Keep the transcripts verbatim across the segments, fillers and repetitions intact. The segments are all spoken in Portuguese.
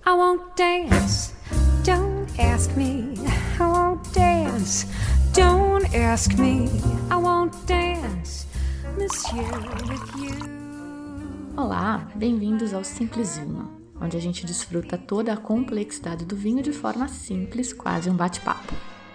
I won't dance, don't ask me. I won't dance, don't ask me. I won't dance, monsieur, with you. Olá, bem-vindos ao Simples Vinho, onde a gente desfruta toda a complexidade do vinho de forma simples, quase um bate-papo.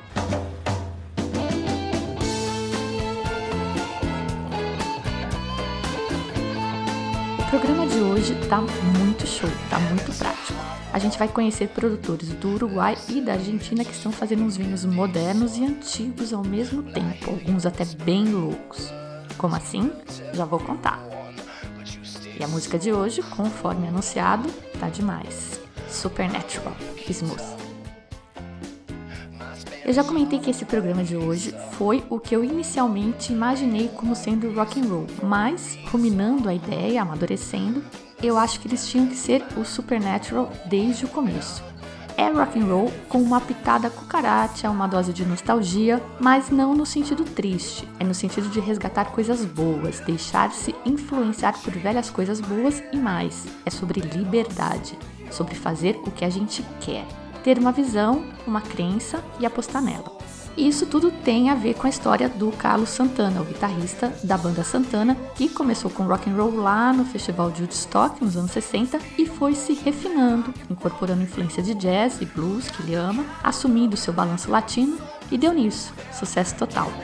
O programa de hoje tá muito show, tá muito prático. A gente vai conhecer produtores do Uruguai e da Argentina que estão fazendo uns vinhos modernos e antigos ao mesmo tempo, alguns até bem loucos. Como assim? Já vou contar. E a música de hoje, conforme anunciado, tá demais. Supernatural, Smooth. Eu já comentei que esse programa de hoje foi o que eu inicialmente imaginei como sendo rock and roll, mas, ruminando a ideia, amadurecendo, eu acho que eles tinham que ser o Supernatural desde o começo. É rock and roll com uma pitada cucaracha, uma dose de nostalgia, mas não no sentido triste, é no sentido de resgatar coisas boas, deixar-se influenciar por velhas coisas boas e mais. É sobre liberdade, sobre fazer o que a gente quer, ter uma visão, uma crença e apostar nela. E isso tudo tem a ver com a história do Carlos Santana, o guitarrista da banda Santana, que começou com rock and roll lá no Festival de Woodstock nos anos sessenta e foi se refinando, incorporando influência de jazz e blues, que ele ama, assumindo seu balanço latino e deu nisso, sucesso total.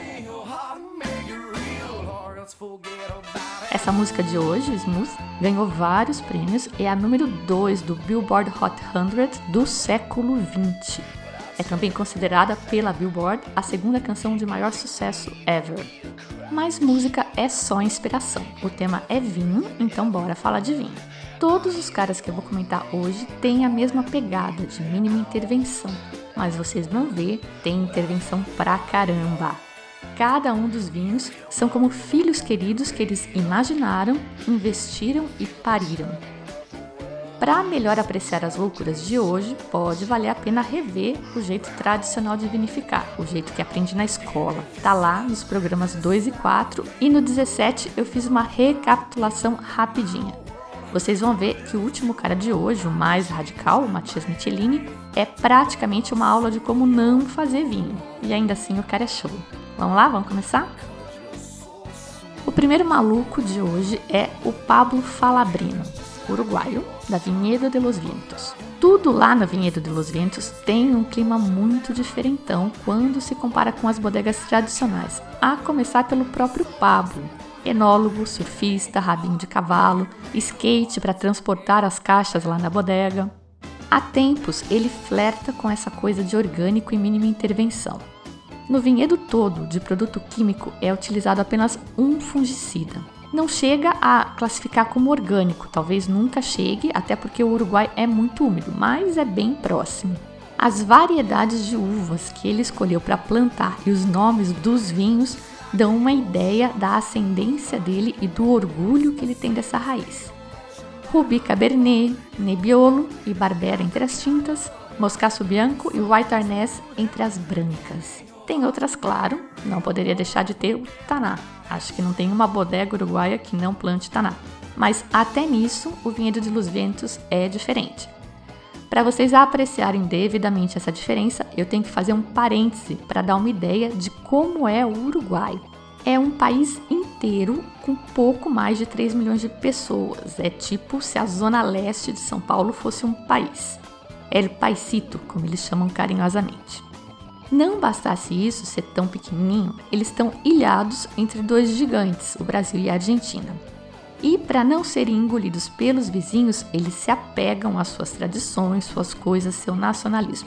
Essa música de hoje, Smooth, ganhou vários prêmios e é a número dois do Billboard Hot cem do século vinte. É também considerada pela Billboard a segunda canção de maior sucesso ever. Mas música é só inspiração. O tema é vinho, então bora falar de vinho. Todos os caras que eu vou comentar hoje têm a mesma pegada de mínima intervenção, mas vocês vão ver, tem intervenção pra caramba. Cada um dos vinhos são como filhos queridos que eles imaginaram, investiram e pariram. Para melhor apreciar as loucuras de hoje, pode valer a pena rever o jeito tradicional de vinificar, o jeito que aprendi na escola. Tá lá nos programas dois e quatro e no dezessete eu fiz uma recapitulação rapidinha. Vocês vão ver que o último cara de hoje, o mais radical, o Matias Michelini, é praticamente uma aula de como não fazer vinho. E ainda assim o cara é show. Vamos lá? Vamos começar? O primeiro maluco de hoje é o Pablo Falabrino, uruguaio, da Viñedo de los Vientos. Tudo lá na Viñedo de los Vientos tem um clima muito diferentão quando se compara com as bodegas tradicionais, a começar pelo próprio Pablo. Enólogo, surfista, rabinho de cavalo, skate para transportar as caixas lá na bodega. Há tempos ele flerta com essa coisa de orgânico e mínima intervenção. No vinhedo todo de produto químico é utilizado apenas um fungicida. Não chega a classificar como orgânico, talvez nunca chegue, até porque o Uruguai é muito úmido, mas é bem próximo. As variedades de uvas que ele escolheu para plantar e os nomes dos vinhos dão uma ideia da ascendência dele e do orgulho que ele tem dessa raiz. Rubi Cabernet, Nebbiolo e Barbera entre as tintas, Moscato Bianco e White Arnés entre as brancas. Tem outras, claro, não poderia deixar de ter o Taná. Acho que não tem uma bodega uruguaia que não plante Taná. Mas até nisso, o Vinhedo de los Vientos é diferente. Para vocês apreciarem devidamente essa diferença, eu tenho que fazer um parêntese para dar uma ideia de como é o Uruguai. É um país inteiro com pouco mais de três milhões de pessoas. É tipo se a zona leste de São Paulo fosse um país. El Paisito, como eles chamam carinhosamente. Não bastasse isso ser tão pequenininho, eles estão ilhados entre dois gigantes, o Brasil e a Argentina. E para não serem engolidos pelos vizinhos, eles se apegam às suas tradições, suas coisas, seu nacionalismo.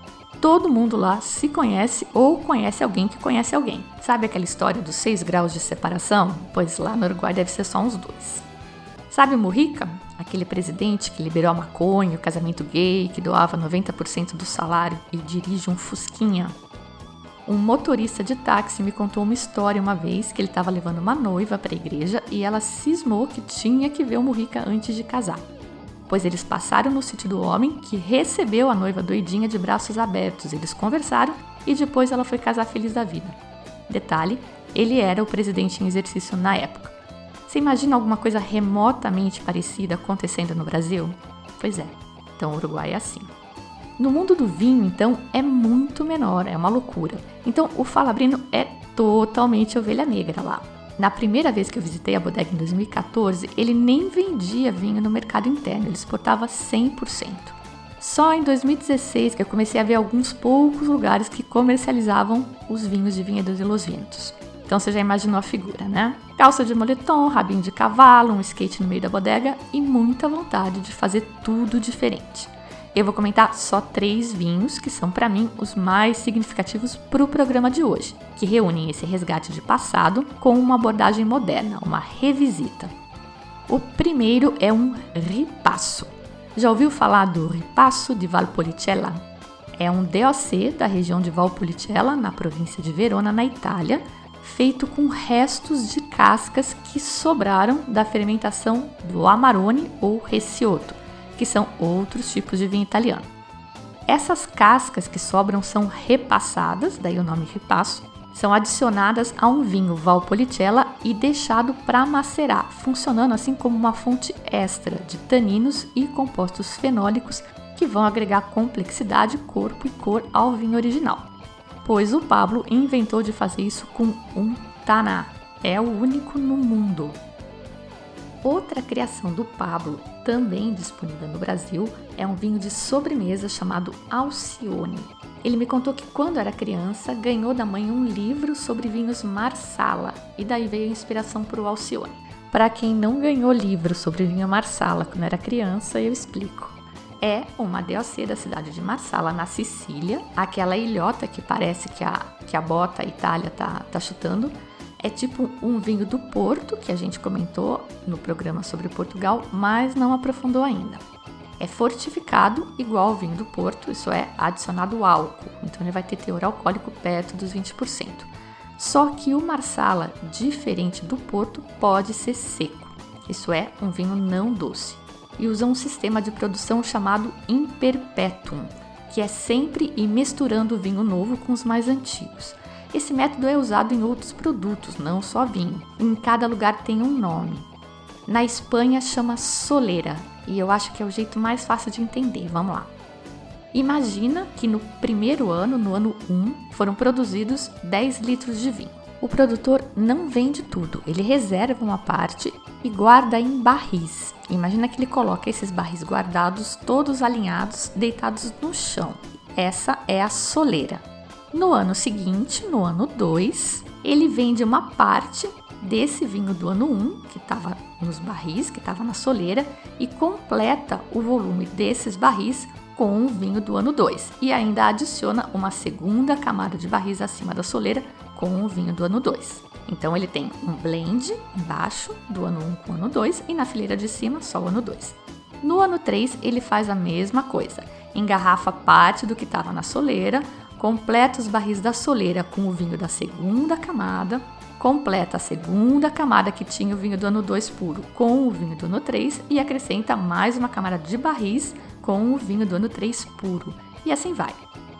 Todo mundo lá se conhece ou conhece alguém que conhece alguém. Sabe aquela história dos seis graus de separação? Pois lá no Uruguai deve ser só uns dois. Sabe o Mujica? Aquele presidente que liberou a maconha, o casamento gay, que doava noventa por cento do salário e dirige um fusquinha. Um motorista de táxi me contou uma história uma vez que ele estava levando uma noiva para a igreja e ela cismou que tinha que ver o Mujica antes de casar. Pois eles passaram no sítio do homem que recebeu a noiva doidinha de braços abertos. Eles conversaram e depois ela foi casar feliz da vida. Detalhe, ele era o presidente em exercício na época. Você imagina alguma coisa remotamente parecida acontecendo no Brasil? Pois é. Então, o Uruguai é assim. No mundo do vinho, então, é muito menor, é uma loucura. Então, o Falabrino é totalmente ovelha negra lá. Na primeira vez que eu visitei a bodega em dois mil e quatorze, ele nem vendia vinho no mercado interno, ele exportava cem por cento. Só em dois mil e dezesseis que eu comecei a ver alguns poucos lugares que comercializavam os vinhos de Vinha dos Los Vientos. Então você já imaginou a figura, né? Calça de moletom, rabinho de cavalo, um skate no meio da bodega e muita vontade de fazer tudo diferente. Eu vou comentar só três vinhos que são, para mim, os mais significativos para o programa de hoje, que reúnem esse resgate de passado com uma abordagem moderna, uma revisita. O primeiro é um ripasso. Já ouviu falar do Ripasso di Valpolicella? É um D O C da região de Valpolicella, na província de Verona, na Itália, feito com restos de cascas que sobraram da fermentação do Amarone ou Recioto, que são outros tipos de vinho italiano. Essas cascas que sobram são repassadas, daí o nome ripasso, são adicionadas a um vinho Valpolicella e deixado para macerar, funcionando assim como uma fonte extra de taninos e compostos fenólicos que vão agregar complexidade, corpo e cor ao vinho original. Pois o Pablo inventou de fazer isso com um taná, é o único no mundo. Outra criação do Pablo, também disponível no Brasil, é um vinho de sobremesa chamado Alcione. Ele me contou que quando era criança ganhou da mãe um livro sobre vinhos Marsala e daí veio a inspiração para o Alcione. Para quem não ganhou livro sobre vinho Marsala quando era criança, eu explico. É uma D O C da cidade de Marsala, na Sicília, aquela ilhota que parece que a, que a bota a Itália tá, tá chutando. É tipo um vinho do Porto, que a gente comentou no programa sobre Portugal, mas não aprofundou ainda. É fortificado igual ao vinho do Porto, isso é, adicionado álcool, então ele vai ter teor alcoólico perto dos vinte por cento. Só que o Marsala, diferente do Porto, pode ser seco, isso é, um vinho não doce, e usa um sistema de produção chamado in perpetuum, que é sempre ir misturando o vinho novo com os mais antigos. Esse método é usado em outros produtos, não só vinho. Em cada lugar tem um nome. Na Espanha chama solera, e eu acho que é o jeito mais fácil de entender. Vamos lá. Imagina que no primeiro ano, no ano um, foram produzidos dez litros de vinho. O produtor não vende tudo, ele reserva uma parte e guarda em barris. Imagina que ele coloca esses barris guardados, todos alinhados, deitados no chão. Essa é a solera. No ano seguinte, no ano dois, ele vende uma parte desse vinho do ano um, que estava nos barris, que estava na soleira, e completa o volume desses barris com o vinho do ano dois. E ainda adiciona uma segunda camada de barris acima da soleira com o vinho do ano dois. Então ele tem um blend embaixo do ano um com o ano dois e na fileira de cima só o ano dois. No ano três ele faz a mesma coisa, engarrafa parte do que estava na soleira, completa os barris da soleira com o vinho da segunda camada, completa a segunda camada que tinha o vinho do ano dois puro com o vinho do ano três e acrescenta mais uma camada de barris com o vinho do ano três puro. E assim vai.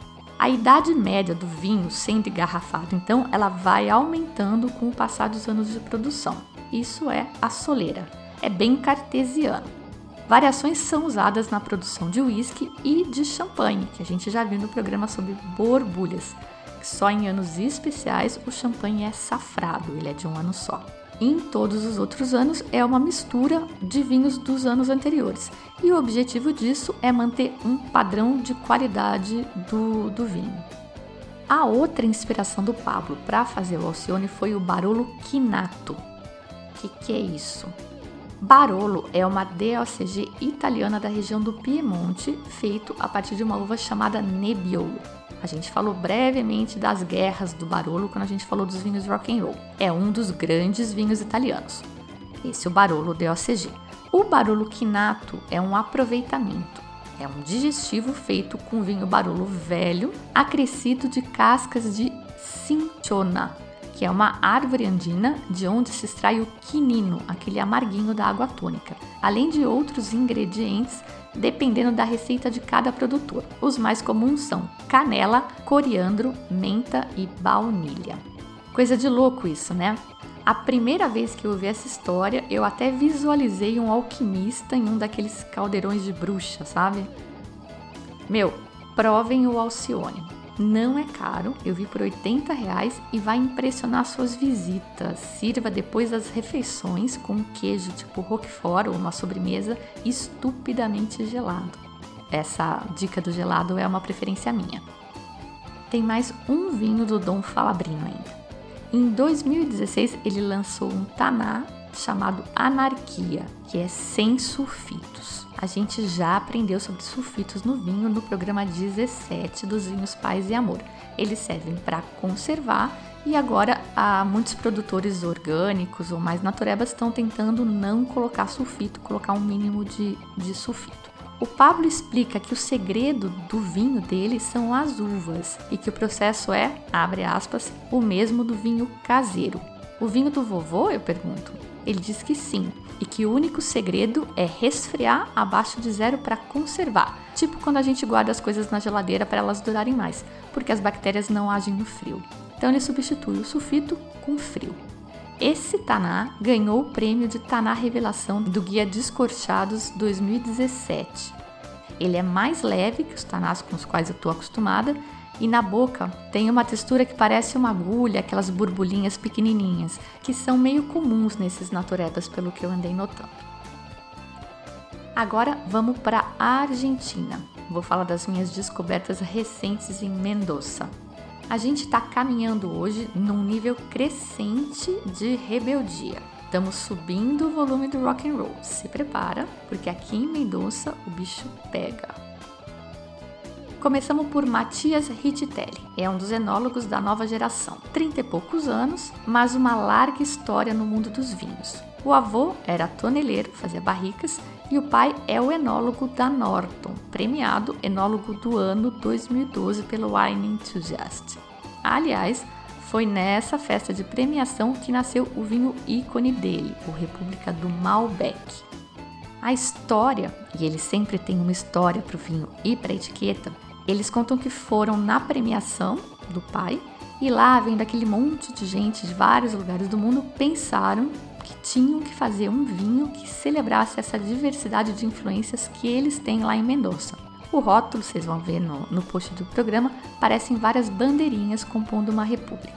A idade média do vinho sendo engarrafado, então, ela vai aumentando com o passar dos anos de produção. Isso é a soleira. É bem cartesiano. Variações são usadas na produção de uísque e de champanhe, que a gente já viu no programa sobre borbulhas. Só em anos especiais o champanhe é safrado, ele é de um ano só. Em todos os outros anos é uma mistura de vinhos dos anos anteriores. E o objetivo disso é manter um padrão de qualidade do, do vinho. A outra inspiração do Pablo para fazer o Alcione foi o Barolo Chinato. O que, que é isso? Barolo é uma D O C G italiana da região do Piemonte, feito a partir de uma uva chamada Nebbiolo. A gente falou brevemente das guerras do Barolo quando a gente falou dos vinhos rock and roll. É um dos grandes vinhos italianos. Esse é o Barolo D O C G. O Barolo Chinato é um aproveitamento. É um digestivo feito com vinho Barolo velho, acrescido de cascas de cinchona, que é uma árvore andina de onde se extrai o quinino, aquele amarguinho da água tônica, além de outros ingredientes dependendo da receita de cada produtor. Os mais comuns são canela, coriandro, menta e baunilha. Coisa de louco isso, né? A primeira vez que eu ouvi essa história, eu até visualizei um alquimista em um daqueles caldeirões de bruxa, sabe? Meu, provem o Alcione. Não é caro, eu vi por oitenta reais e vai impressionar suas visitas. Sirva depois das refeições com um queijo tipo Roquefort ou uma sobremesa estupidamente gelado. Essa dica do gelado é uma preferência minha. Tem mais um vinho do Dom Falabrino ainda. Em dois mil e dezesseis ele lançou um Taná chamado Anarquia, que é sem sulfitos. A gente já aprendeu sobre sulfitos no vinho no programa dezessete dos Vinhos Paz e Amor. Eles servem para conservar e agora há muitos produtores orgânicos ou mais naturebas estão tentando não colocar sulfito, colocar um mínimo de, de sulfito. O Pablo explica que o segredo do vinho dele são as uvas e que o processo é, abre aspas, o mesmo do vinho caseiro. O vinho do vovô, eu pergunto? Ele diz que sim, e que o único segredo é resfriar abaixo de zero para conservar, tipo quando a gente guarda as coisas na geladeira para elas durarem mais, porque as bactérias não agem no frio. Então ele substitui o sulfito com frio. Esse Taná ganhou o prêmio de Taná Revelação do Guia Descorchados dois mil e dezessete. Ele é mais leve que os Tanás com os quais eu estou acostumada e na boca tem uma textura que parece uma agulha, aquelas borbulhinhas pequenininhas, que são meio comuns nesses naturebas pelo que eu andei notando. Agora vamos para a Argentina. Vou falar das minhas descobertas recentes em Mendoza. A gente está caminhando hoje num nível crescente de rebeldia. Estamos subindo o volume do rock and roll. Se prepara, porque aqui em Mendoza o bicho pega. Começamos por Matias Rittitelli. É um dos enólogos da nova geração. Trinta e poucos anos, mas uma larga história no mundo dos vinhos. O avô era toneleiro, fazia barricas, e o pai é o enólogo da Norton, premiado enólogo do ano dois mil e doze pelo Wine Enthusiast. Aliás, foi nessa festa de premiação que nasceu o vinho ícone dele, o República do Malbec. A história, e ele sempre tem uma história para o vinho e para a etiqueta, eles contam que foram na premiação do pai e lá, vendo aquele monte de gente de vários lugares do mundo, pensaram que tinham que fazer um vinho que celebrasse essa diversidade de influências que eles têm lá em Mendoza. O rótulo, vocês vão ver no, no post do programa, parecem várias bandeirinhas compondo uma república.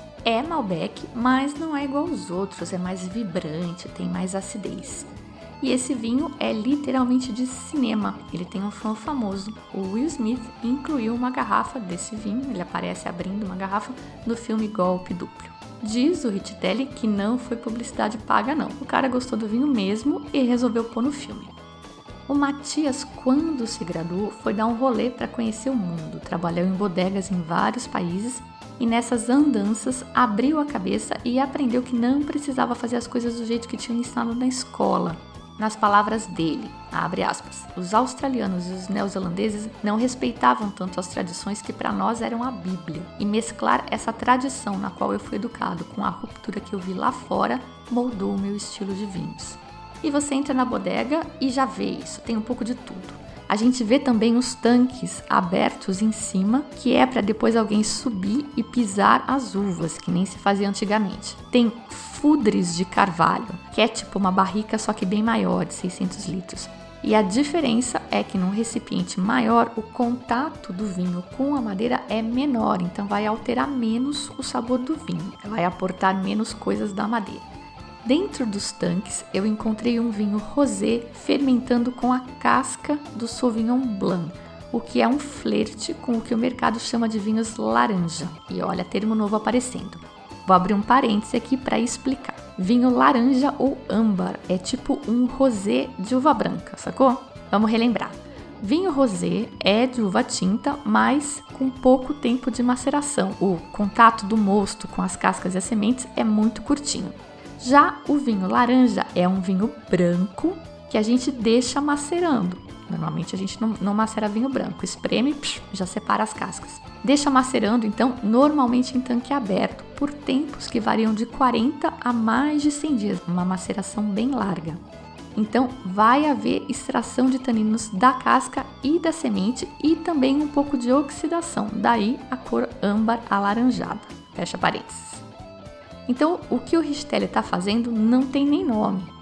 É Malbec, mas não é igual aos outros, é mais vibrante, tem mais acidez. E esse vinho é literalmente de cinema, ele tem um fã famoso. O Will Smith incluiu uma garrafa desse vinho, ele aparece abrindo uma garrafa no filme Golpe Duplo. Diz o Rittitelli que não foi publicidade paga não, o cara gostou do vinho mesmo e resolveu pôr no filme. O Matias, quando se graduou, foi dar um rolê para conhecer o mundo, trabalhou em bodegas em vários países e nessas andanças abriu a cabeça e aprendeu que não precisava fazer as coisas do jeito que tinham ensinado na escola. Nas palavras dele, abre aspas, os australianos e os neozelandeses não respeitavam tanto as tradições que para nós eram a Bíblia. E mesclar essa tradição na qual eu fui educado com a ruptura que eu vi lá fora moldou o meu estilo de vinhos. E você entra na bodega e já vê isso, tem um pouco de tudo. A gente vê também os tanques abertos em cima, que é para depois alguém subir e pisar as uvas, que nem se fazia antigamente. Tem fudres de carvalho, que é tipo uma barrica só que bem maior, de seiscentos litros. E a diferença é que num recipiente maior, o contato do vinho com a madeira é menor, então vai alterar menos o sabor do vinho, vai aportar menos coisas da madeira. Dentro dos tanques, eu encontrei um vinho rosé fermentando com a casca do Sauvignon Blanc, o que é um flerte com o que o mercado chama de vinhos laranja. E olha, termo novo aparecendo. Vou abrir um parêntese aqui para explicar. Vinho laranja ou âmbar é tipo um rosé de uva branca, sacou? Vamos relembrar. Vinho rosé é de uva tinta, mas com pouco tempo de maceração. O contato do mosto com as cascas e as sementes é muito curtinho. Já o vinho laranja é um vinho branco que a gente deixa macerando. Normalmente a gente não, não macera vinho branco, espreme e já separa as cascas. Deixa macerando, então, normalmente em tanque aberto, por tempos que variam de quarenta a mais de cem dias, uma maceração bem larga. Então, vai haver extração de taninos da casca e da semente e também um pouco de oxidação, daí a cor âmbar alaranjada. Fecha parênteses. Então, o que o Rittitelli está fazendo não tem nem nome.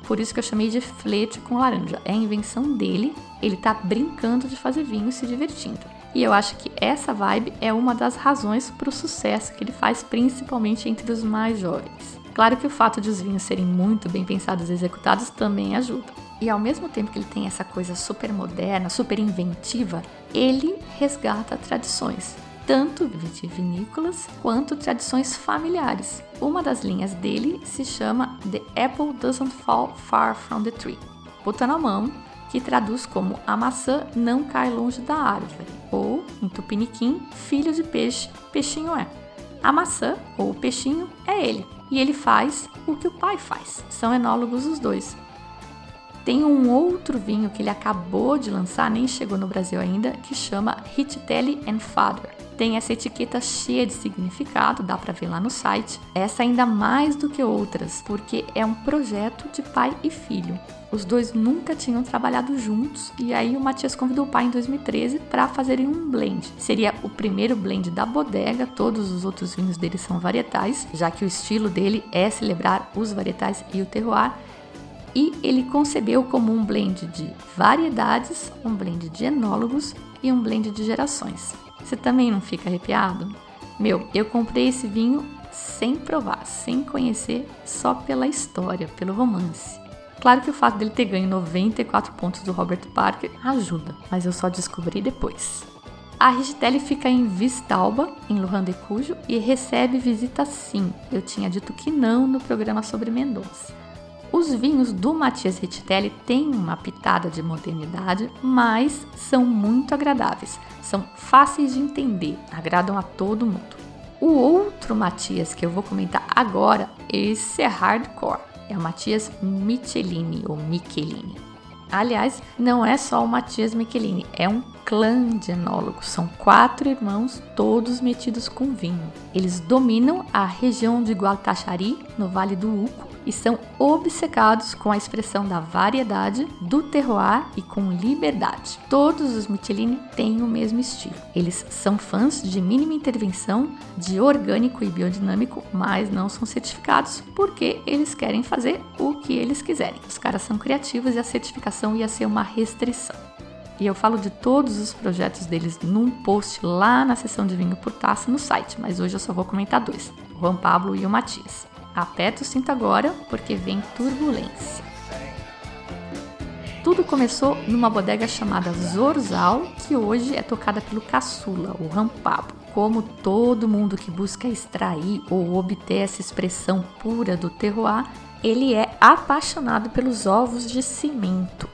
Por isso que eu chamei de flete com laranja. É a invenção dele, ele tá brincando de fazer vinho e se divertindo. E eu acho que essa vibe é uma das razões para o sucesso que ele faz, principalmente entre os mais jovens. Claro que o fato de os vinhos serem muito bem pensados e executados também ajuda. E ao mesmo tempo que ele tem essa coisa super moderna, super inventiva, ele resgata tradições, tanto vitivinícolas quanto tradições familiares. Uma das linhas dele se chama The Apple Doesn't Fall Far From the Tree, Putanamão, que traduz como a maçã não cai longe da árvore, ou, em tupiniquim, filho de peixe, peixinho é. A maçã, ou o peixinho, é ele, e ele faz o que o pai faz. São enólogos os dois. Tem um outro vinho que ele acabou de lançar, nem chegou no Brasil ainda, que chama Richitelli and Father. Tem essa etiqueta cheia de significado, dá para ver lá no site. Essa ainda mais do que outras, porque é um projeto de pai e filho. Os dois nunca tinham trabalhado juntos e aí o Matias convidou o pai em dois mil e treze para fazerem um blend. Seria o primeiro blend da bodega, todos os outros vinhos dele são varietais, já que o estilo dele é celebrar os varietais e o terroir. E ele concebeu como um blend de variedades, um blend de enólogos e um blend de gerações. Você também não fica arrepiado? Meu, eu comprei esse vinho sem provar, sem conhecer, só pela história, pelo romance. Claro que o fato dele ter ganho noventa e quatro pontos do Robert Parker ajuda, mas eu só descobri depois. A Richitelli fica em Vistalba, em Lujan de Cuyo, e recebe visita sim. Eu tinha dito que não no programa sobre Mendonça. Os vinhos do Matias Richitelli têm uma pitada de modernidade, mas são muito agradáveis. São fáceis de entender, agradam a todo mundo. O outro Matias que eu vou comentar agora, esse é hardcore. É o Matias Michelini, ou Michelini. Aliás, não é só o Matias Michelini, é um clã de enólogos. São quatro irmãos, todos metidos com vinho. Eles dominam a região de Gualtaxari, no Vale do Uco, e são obcecados com a expressão da variedade, do terroir e com liberdade. Todos os Michelini têm o mesmo estilo. Eles são fãs de mínima intervenção, de orgânico e biodinâmico, mas não são certificados porque eles querem fazer o que eles quiserem. Os caras são criativos e a certificação ia ser uma restrição. E eu falo de todos os projetos deles num post lá na seção de vinho por taça no site, mas hoje eu só vou comentar dois, o Juan Pablo e o Matias. Aperta o cinto agora, porque vem turbulência. Tudo começou numa bodega chamada Zorzal, que hoje é tocada pelo caçula, o Juan Pablo. Como todo mundo que busca extrair ou obter essa expressão pura do terroir, ele é apaixonado pelos ovos de cimento.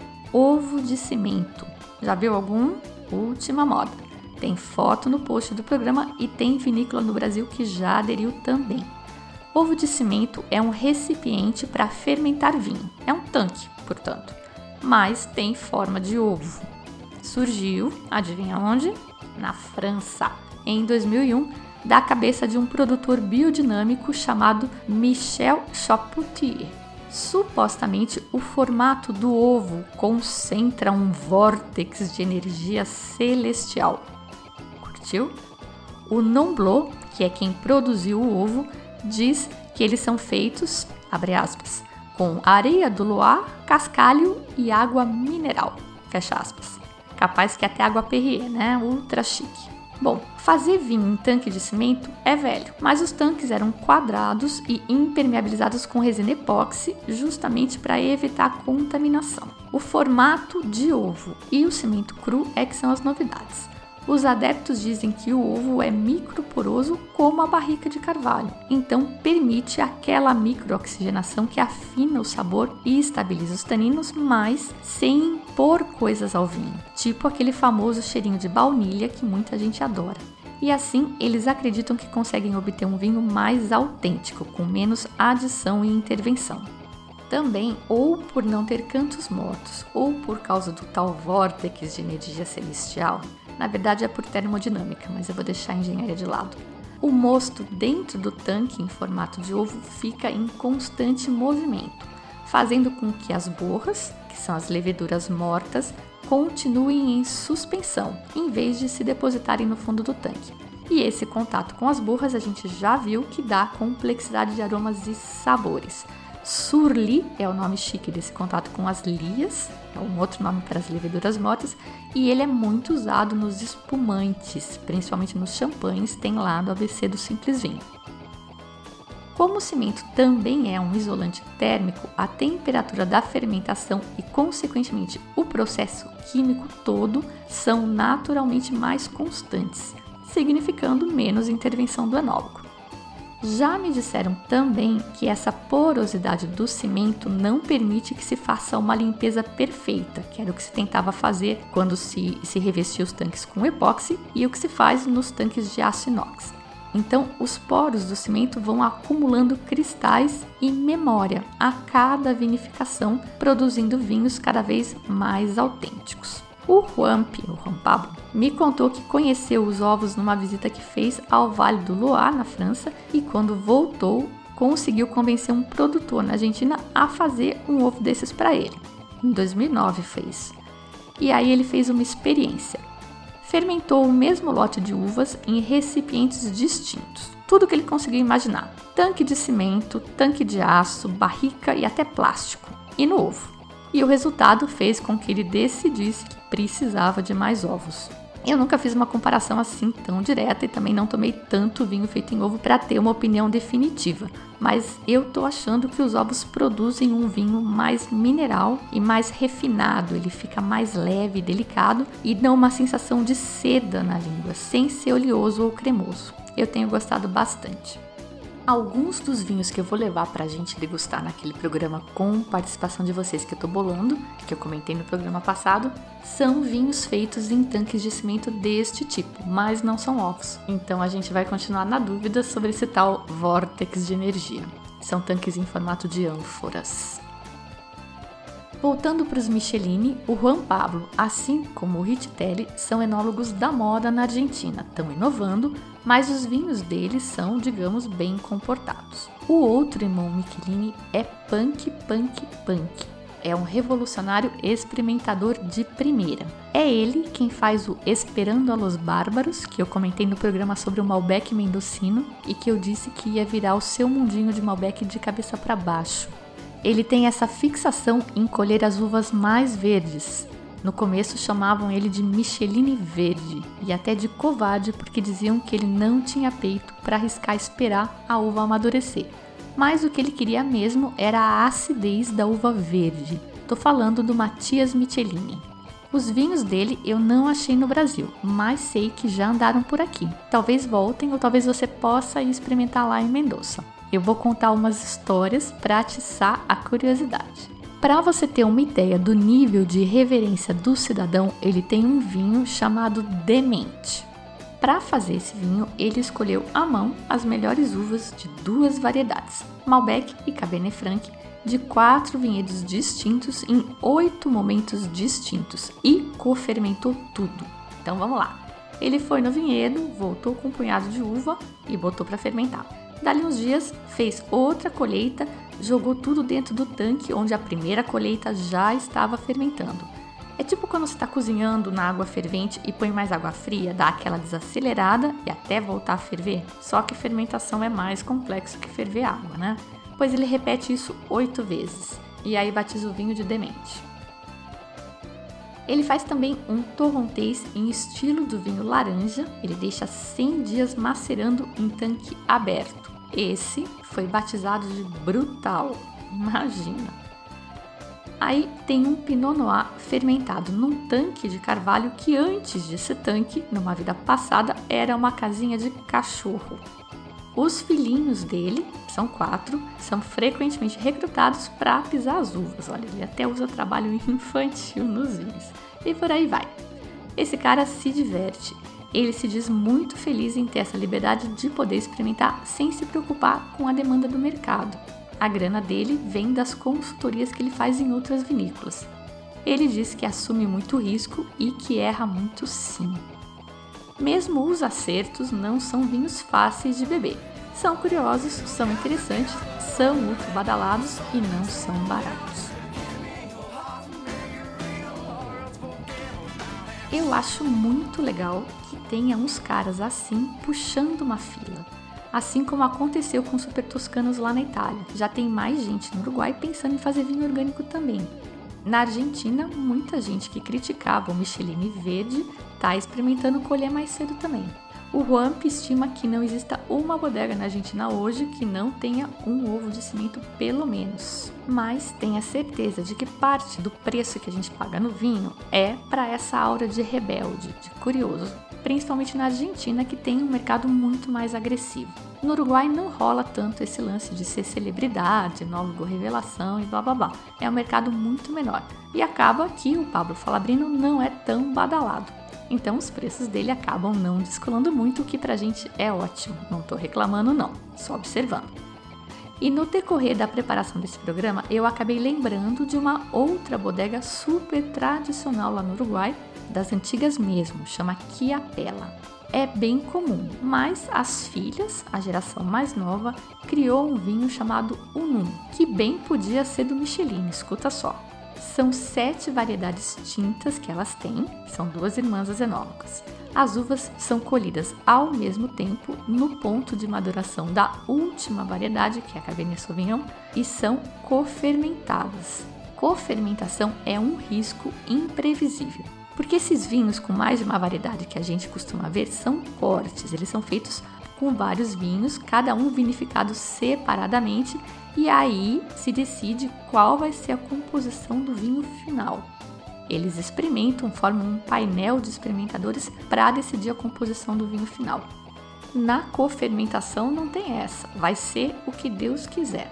Ovo de cimento. Já viu algum? Última moda. Tem foto no post do programa e tem vinícola no Brasil que já aderiu também. Ovo de cimento é um recipiente para fermentar vinho. É um tanque, portanto, mas tem forma de ovo. Surgiu, adivinha onde? Na França, em dois mil e um, da cabeça de um produtor biodinâmico chamado Michel Chapoutier. Supostamente, o formato do ovo concentra um vórtex de energia celestial. Curtiu? O Nomblot, que é quem produziu o ovo, diz que eles são feitos, abre aspas, com areia do Loire, cascalho e água mineral, fecha aspas. Capaz que até água Perrier, né? Ultra chique. Bom, fazer vinho em tanque de cimento é velho, mas os tanques eram quadrados e impermeabilizados com resina epóxi, justamente para evitar a contaminação. O formato de ovo e o cimento cru é que são as novidades. Os adeptos dizem que o ovo é microporoso como a barrica de carvalho, então permite aquela microoxigenação que afina o sabor e estabiliza os taninos, mas sem impor coisas ao vinho, tipo aquele famoso cheirinho de baunilha que muita gente adora. E assim, eles acreditam que conseguem obter um vinho mais autêntico, com menos adição e intervenção. Também, ou por não ter cantos mortos, ou por causa do tal vórtex de energia celestial, na verdade é por termodinâmica, mas eu vou deixar a engenharia de lado. O mosto dentro do tanque em formato de ovo fica em constante movimento, fazendo com que as borras, que são as leveduras mortas, continuem em suspensão, em vez de se depositarem no fundo do tanque. E esse contato com as borras a gente já viu que dá complexidade de aromas e sabores. Surli é o nome chique desse contato com as lias, é um outro nome para as leveduras mortas, e ele é muito usado nos espumantes, principalmente nos champanhes, tem lá do A B C do Simples Vinho. Como o cimento também é um isolante térmico, a temperatura da fermentação e, consequentemente, o processo químico todo são naturalmente mais constantes, significando menos intervenção do enólogo. Já me disseram também que essa porosidade do cimento não permite que se faça uma limpeza perfeita, que era o que se tentava fazer quando se, se revestia os tanques com epóxi e o que se faz nos tanques de aço inox. Então, os poros do cimento vão acumulando cristais e memória a cada vinificação, produzindo vinhos cada vez mais autênticos. O Juanpi, o Juan Pablo, me contou que conheceu os ovos numa visita que fez ao Vale do Loire, na França, e quando voltou, conseguiu convencer um produtor na Argentina a fazer um ovo desses para ele. Em dois mil e nove fez. E aí ele fez uma experiência. Fermentou o mesmo lote de uvas em recipientes distintos. Tudo que ele conseguiu imaginar. Tanque de cimento, tanque de aço, barrica e até plástico. E no ovo. E o resultado fez com que ele decidisse que precisava de mais ovos. Eu nunca fiz uma comparação assim tão direta e também não tomei tanto vinho feito em ovo para ter uma opinião definitiva, mas eu tô achando que os ovos produzem um vinho mais mineral e mais refinado, ele fica mais leve e delicado e dá uma sensação de seda na língua, sem ser oleoso ou cremoso. Eu tenho gostado bastante. Alguns dos vinhos que eu vou levar pra gente degustar naquele programa com participação de vocês que eu tô bolando, que eu comentei no programa passado, são vinhos feitos em tanques de cimento deste tipo, mas não são ovos. Então a gente vai continuar na dúvida sobre esse tal vórtex de energia. São tanques em formato de ânforas. Voltando para os Michelini, o Juan Pablo, assim como o Riccitelli, são enólogos da moda na Argentina, estão inovando, mas os vinhos deles são, digamos, bem comportados. O outro irmão Michelini é punk, punk, punk. É um revolucionário experimentador de primeira. É ele quem faz o Esperando a los Bárbaros, que eu comentei no programa sobre o Malbec mendocino e que eu disse que ia virar o seu mundinho de Malbec de cabeça para baixo. Ele tem essa fixação em colher as uvas mais verdes. No começo chamavam ele de Michelini Verde e até de covarde porque diziam que ele não tinha peito para arriscar esperar a uva amadurecer. Mas o que ele queria mesmo era a acidez da uva verde. Tô falando do Matias Michelini. Os vinhos dele eu não achei no Brasil, mas sei que já andaram por aqui. Talvez voltem ou talvez você possa ir experimentar lá em Mendoza. Eu vou contar umas histórias para atiçar a curiosidade. Para você ter uma ideia do nível de reverência do cidadão, ele tem um vinho chamado Demente. Para fazer esse vinho, ele escolheu à mão as melhores uvas de duas variedades, Malbec e Cabernet Franc, de quatro vinhedos distintos em oito momentos distintos e cofermentou tudo. Então vamos lá. Ele foi no vinhedo, voltou com um punhado de uva e botou para fermentar. Dali uns dias, fez outra colheita, jogou tudo dentro do tanque onde a primeira colheita já estava fermentando. É tipo quando você está cozinhando na água fervente e põe mais água fria, dá aquela desacelerada e até voltar a ferver. Só que fermentação é mais complexo que ferver água, né? Pois ele repete isso oito vezes e aí batiza o vinho de Demente. Ele faz também um torrontés em estilo do vinho laranja, ele deixa cem dias macerando em tanque aberto. Esse foi batizado de Brutal, imagina! Aí tem um Pinot Noir fermentado num tanque de carvalho que antes desse tanque, numa vida passada, era uma casinha de cachorro. Os filhinhos dele, são quatro, são frequentemente recrutados para pisar as uvas. Olha, ele até usa trabalho infantil nos vinhos. E por aí vai. Esse cara se diverte. Ele se diz muito feliz em ter essa liberdade de poder experimentar sem se preocupar com a demanda do mercado. A grana dele vem das consultorias que ele faz em outras vinícolas. Ele diz que assume muito risco e que erra muito sim. Mesmo os acertos não são vinhos fáceis de beber. São curiosos, são interessantes, são muito badalados e não são baratos. Eu acho muito legal que tenha uns caras assim puxando uma fila. assim como aconteceu com os super toscanos lá na Itália. Já tem mais gente no Uruguai pensando em fazer vinho orgânico também. Na Argentina, muita gente que criticava o Michelin verde está experimentando colher mais cedo também. O Juan estima que não exista uma bodega na Argentina hoje que não tenha um ovo de cimento pelo menos. Mas tenha certeza de que parte do preço que a gente paga no vinho é para essa aura de rebelde, de curioso, principalmente na Argentina, que tem um mercado muito mais agressivo. No Uruguai não rola tanto esse lance de ser celebridade, enólogo revelação e blá blá blá. É um mercado muito menor e acaba que o Pablo Falabrino não é tão badalado. Então os preços dele acabam não descolando muito, o que pra gente é ótimo. Não tô reclamando não, só observando. E no decorrer da preparação desse programa, eu acabei lembrando de uma outra bodega super tradicional lá no Uruguai, das antigas mesmo, chama Chiapella. É bem comum, mas as filhas, a geração mais nova, criou um vinho chamado Unum, que bem podia ser do Michelin, escuta só. São sete variedades tintas que elas têm, são duas irmãs as enólogas. As uvas são colhidas ao mesmo tempo no ponto de maduração da última variedade, que é a Cabernet Sauvignon, e são cofermentadas. Cofermentação é um risco imprevisível, porque esses vinhos com mais de uma variedade que a gente costuma ver são cortes, eles são feitos com vários vinhos, cada um vinificado separadamente, e aí se decide qual vai ser a composição do vinho final. Eles experimentam, formam um painel de experimentadores para decidir a composição do vinho final. Na cofermentação não tem essa, vai ser o que Deus quiser.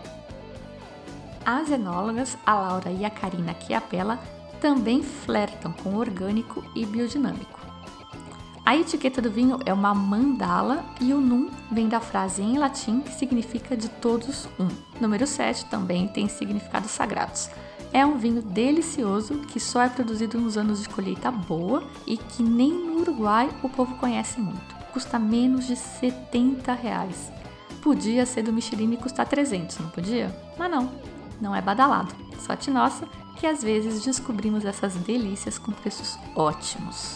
As enólogas, a Laura e a Karina Chiapella, também flertam com orgânico e biodinâmico. A etiqueta do vinho é uma mandala e o num vem da frase em latim que significa de todos um. Número sete também tem significados sagrados. É um vinho delicioso que só é produzido nos anos de colheita boa e que nem no Uruguai o povo conhece muito. Custa menos de setenta reais. Podia ser do Michelin e custar trezentos, não podia? Mas não, não é badalado. Sorte nossa que às vezes descobrimos essas delícias com preços ótimos.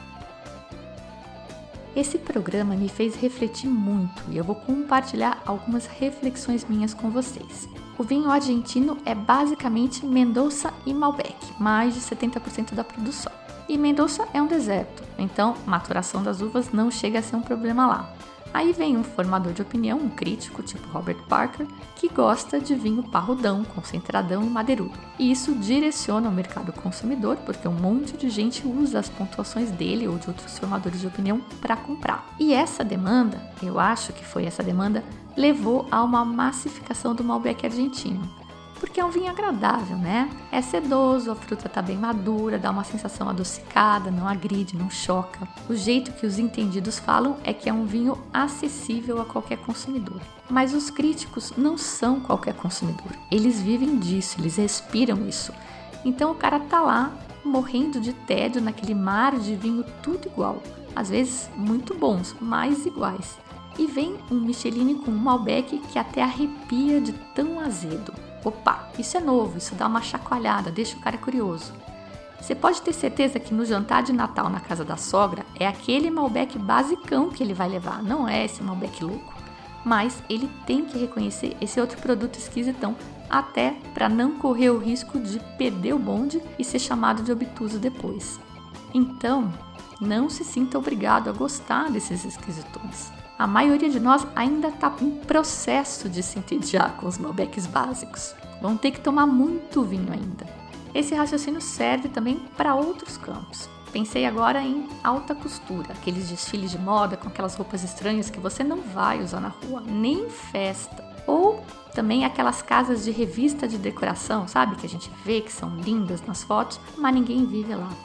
Esse programa me fez refletir muito e eu vou compartilhar algumas reflexões minhas com vocês. O vinho argentino é basicamente Mendoza e Malbec, mais de setenta por cento da produção. E Mendoza é um deserto, então maturação das uvas não chega a ser um problema lá. Aí vem um formador de opinião, um crítico tipo Robert Parker, que gosta de vinho parrudão, concentradão e madeirudo. E isso direciona o mercado consumidor, porque um monte de gente usa as pontuações dele ou de outros formadores de opinião para comprar. E essa demanda, eu acho que foi essa demanda, levou a uma massificação do Malbec argentino. Porque é um vinho agradável, né? É sedoso, a fruta tá bem madura, dá uma sensação adocicada, não agride, não choca. O jeito que os entendidos falam é que é um vinho acessível a qualquer consumidor. Mas os críticos não são qualquer consumidor. Eles vivem disso, eles respiram isso. Então o cara tá lá, morrendo de tédio naquele mar de vinho tudo igual. Às vezes muito bons, mas iguais. E vem um Michelin com um Malbec que até arrepia de tão azedo. Opa, isso é novo, isso dá uma chacoalhada, deixa o cara curioso. Você pode ter certeza que no jantar de Natal na casa da sogra é aquele Malbec basicão que ele vai levar, não é esse Malbec louco. Mas ele tem que reconhecer esse outro produto esquisitão, até para não correr o risco de perder o bonde e ser chamado de obtuso depois. Então, não se sinta obrigado a gostar desses esquisitões. A maioria de nós ainda está em processo de se entediar com os Malbecs básicos. Vão ter que tomar muito vinho ainda. Esse raciocínio serve também para outros campos. Pensei agora em alta costura, aqueles desfiles de moda com aquelas roupas estranhas que você não vai usar na rua, nem em festa. Ou também aquelas casas de revista de decoração, sabe? Que a gente vê que são lindas nas fotos, mas ninguém vive lá.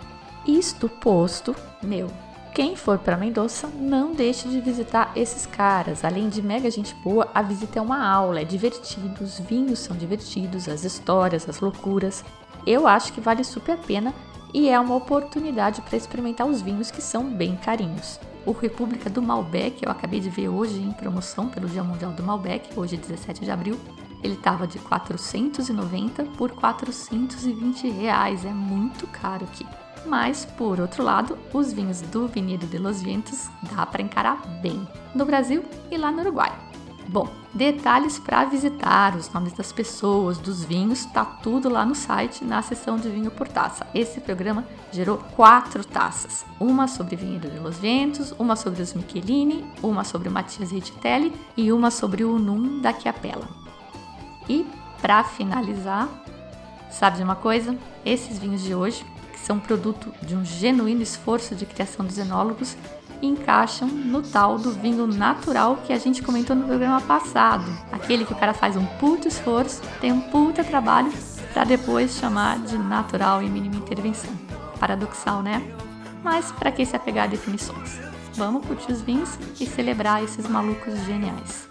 Isto posto, meu... Quem for para Mendoza, não deixe de visitar esses caras. Além de mega gente boa, a visita é uma aula, é divertido, os vinhos são divertidos, as histórias, as loucuras. Eu acho que vale super a pena e é uma oportunidade para experimentar os vinhos que são bem carinhos. O República do Malbec, eu acabei de ver hoje em promoção pelo Dia Mundial do Malbec, hoje dezessete de abril. Ele estava de quatrocentos e noventa por quatrocentos e vinte reais, é muito caro aqui. Mas, por outro lado, os vinhos do Viñedo de los Vientos dá para encarar bem, no Brasil e lá no Uruguai. Bom, detalhes para visitar, os nomes das pessoas, dos vinhos, tá tudo lá no site, na seção de vinho por taça. Esse programa gerou quatro taças. Uma sobre Viñedo de los Vientos, uma sobre os Michelini, uma sobre o Matias Riccitelli e uma sobre o Num da Chiapella. E, para finalizar, sabe de uma coisa? Esses vinhos de hoje, que são produto de um genuíno esforço de criação dos enólogos, encaixam no tal do vinho natural que a gente comentou no programa passado. Aquele que o cara faz um puto esforço, tem um puta trabalho, para depois chamar de natural e mínima intervenção. Paradoxal, né? Mas para que se apegar a definições? Vamos curtir os vinhos e celebrar esses malucos geniais.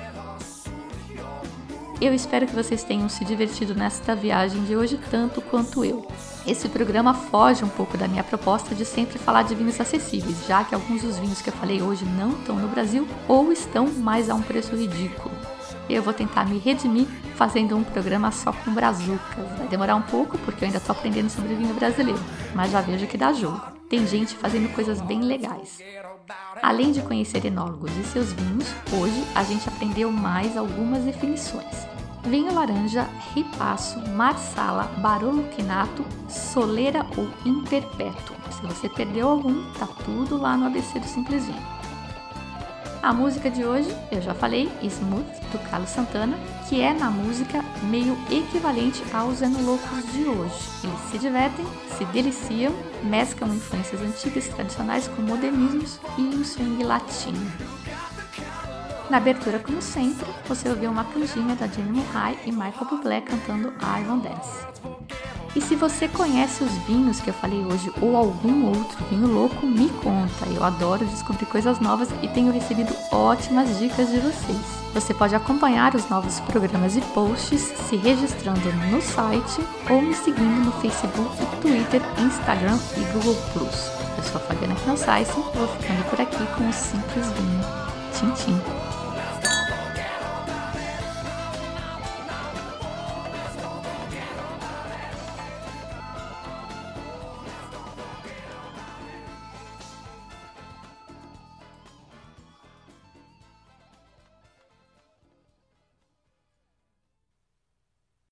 Eu espero que vocês tenham se divertido nesta viagem de hoje tanto quanto eu. Esse programa foge um pouco da minha proposta de sempre falar de vinhos acessíveis, já que alguns dos vinhos que eu falei hoje não estão no Brasil ou estão mais a um preço ridículo. Eu vou tentar me redimir fazendo um programa só com brazucas. Vai demorar um pouco porque eu ainda estou aprendendo sobre vinho brasileiro, mas já vejo que dá jogo. Tem gente fazendo coisas bem legais. Além de conhecer enólogos e seus vinhos, hoje a gente aprendeu mais algumas definições. Vinho laranja, ripasso, marsala, barolo quinato, solera ou imperpétuo. Se você perdeu algum, tá tudo lá no A B C do Simples Vinho. A música de hoje, eu já falei, Smooth, do Carlos Santana, que é na música meio equivalente aos enolocos de hoje. Eles se divertem, se deliciam, mesclam influências antigas e tradicionais com modernismos e um swing latino. Na abertura, como sempre, você ouviu uma canjinha da Jenny Murray e Michael Bublé cantando I Won't Dance. E se você conhece os vinhos que eu falei hoje ou algum outro vinho louco, me conta. Eu adoro descobrir coisas novas e tenho recebido ótimas dicas de vocês. Você pode acompanhar os novos programas e posts se registrando no site ou me seguindo no Facebook, Twitter, Instagram e Google plus. Eu sou a Fabiana Knossaisen e vou ficando por aqui com o Simples Vinho. Tchim, tchim.